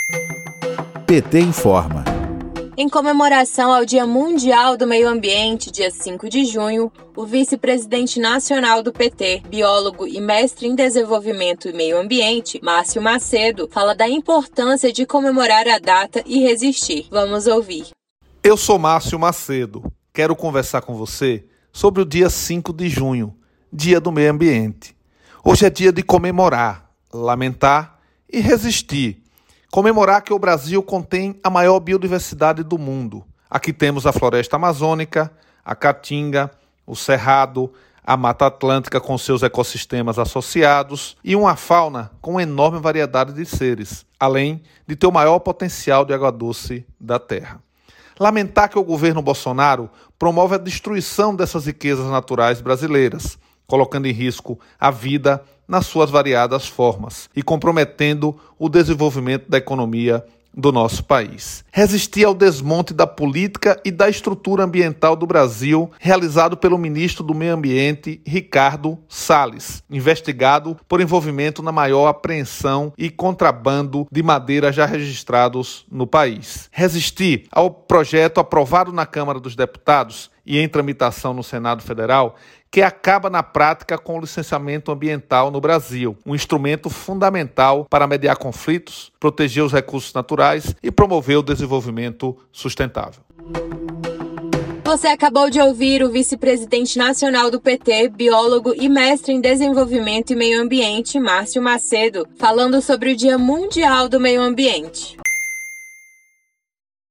PT informa. Em comemoração ao Dia Mundial do Meio Ambiente, dia 5 de junho, o vice-presidente nacional do PT, biólogo e mestre em desenvolvimento e meio ambiente, Márcio Macedo, fala da importância de comemorar a data e resistir. Vamos ouvir. Eu sou Márcio Macedo. Quero conversar com você sobre o dia 5 de junho, Dia do Meio Ambiente. Hoje é dia de comemorar, lamentar e resistir. Comemorar que o Brasil contém a maior biodiversidade do mundo. Aqui temos a floresta amazônica, a caatinga, o cerrado, a Mata Atlântica com seus ecossistemas associados e uma fauna com enorme variedade de seres, além de ter o maior potencial de água doce da Terra. Lamentar que o governo Bolsonaro promove a destruição dessas riquezas naturais brasileiras, colocando em risco a vida nas suas variadas formas e comprometendo o desenvolvimento da economia do nosso país. Resistir ao desmonte da política e da estrutura ambiental do Brasil, realizado pelo ministro do Meio Ambiente, Ricardo Salles, investigado por envolvimento na maior apreensão e contrabando de madeira já registrados no país. Resistir ao projeto aprovado na Câmara dos Deputados e em tramitação no Senado Federal, que acaba na prática com o licenciamento ambiental no Brasil, um instrumento fundamental para mediar conflitos, proteger os recursos naturais e promover o desenvolvimento sustentável. Você acabou de ouvir o vice-presidente nacional do PT, biólogo e mestre em desenvolvimento e meio ambiente, Márcio Macedo, falando sobre o Dia Mundial do Meio Ambiente.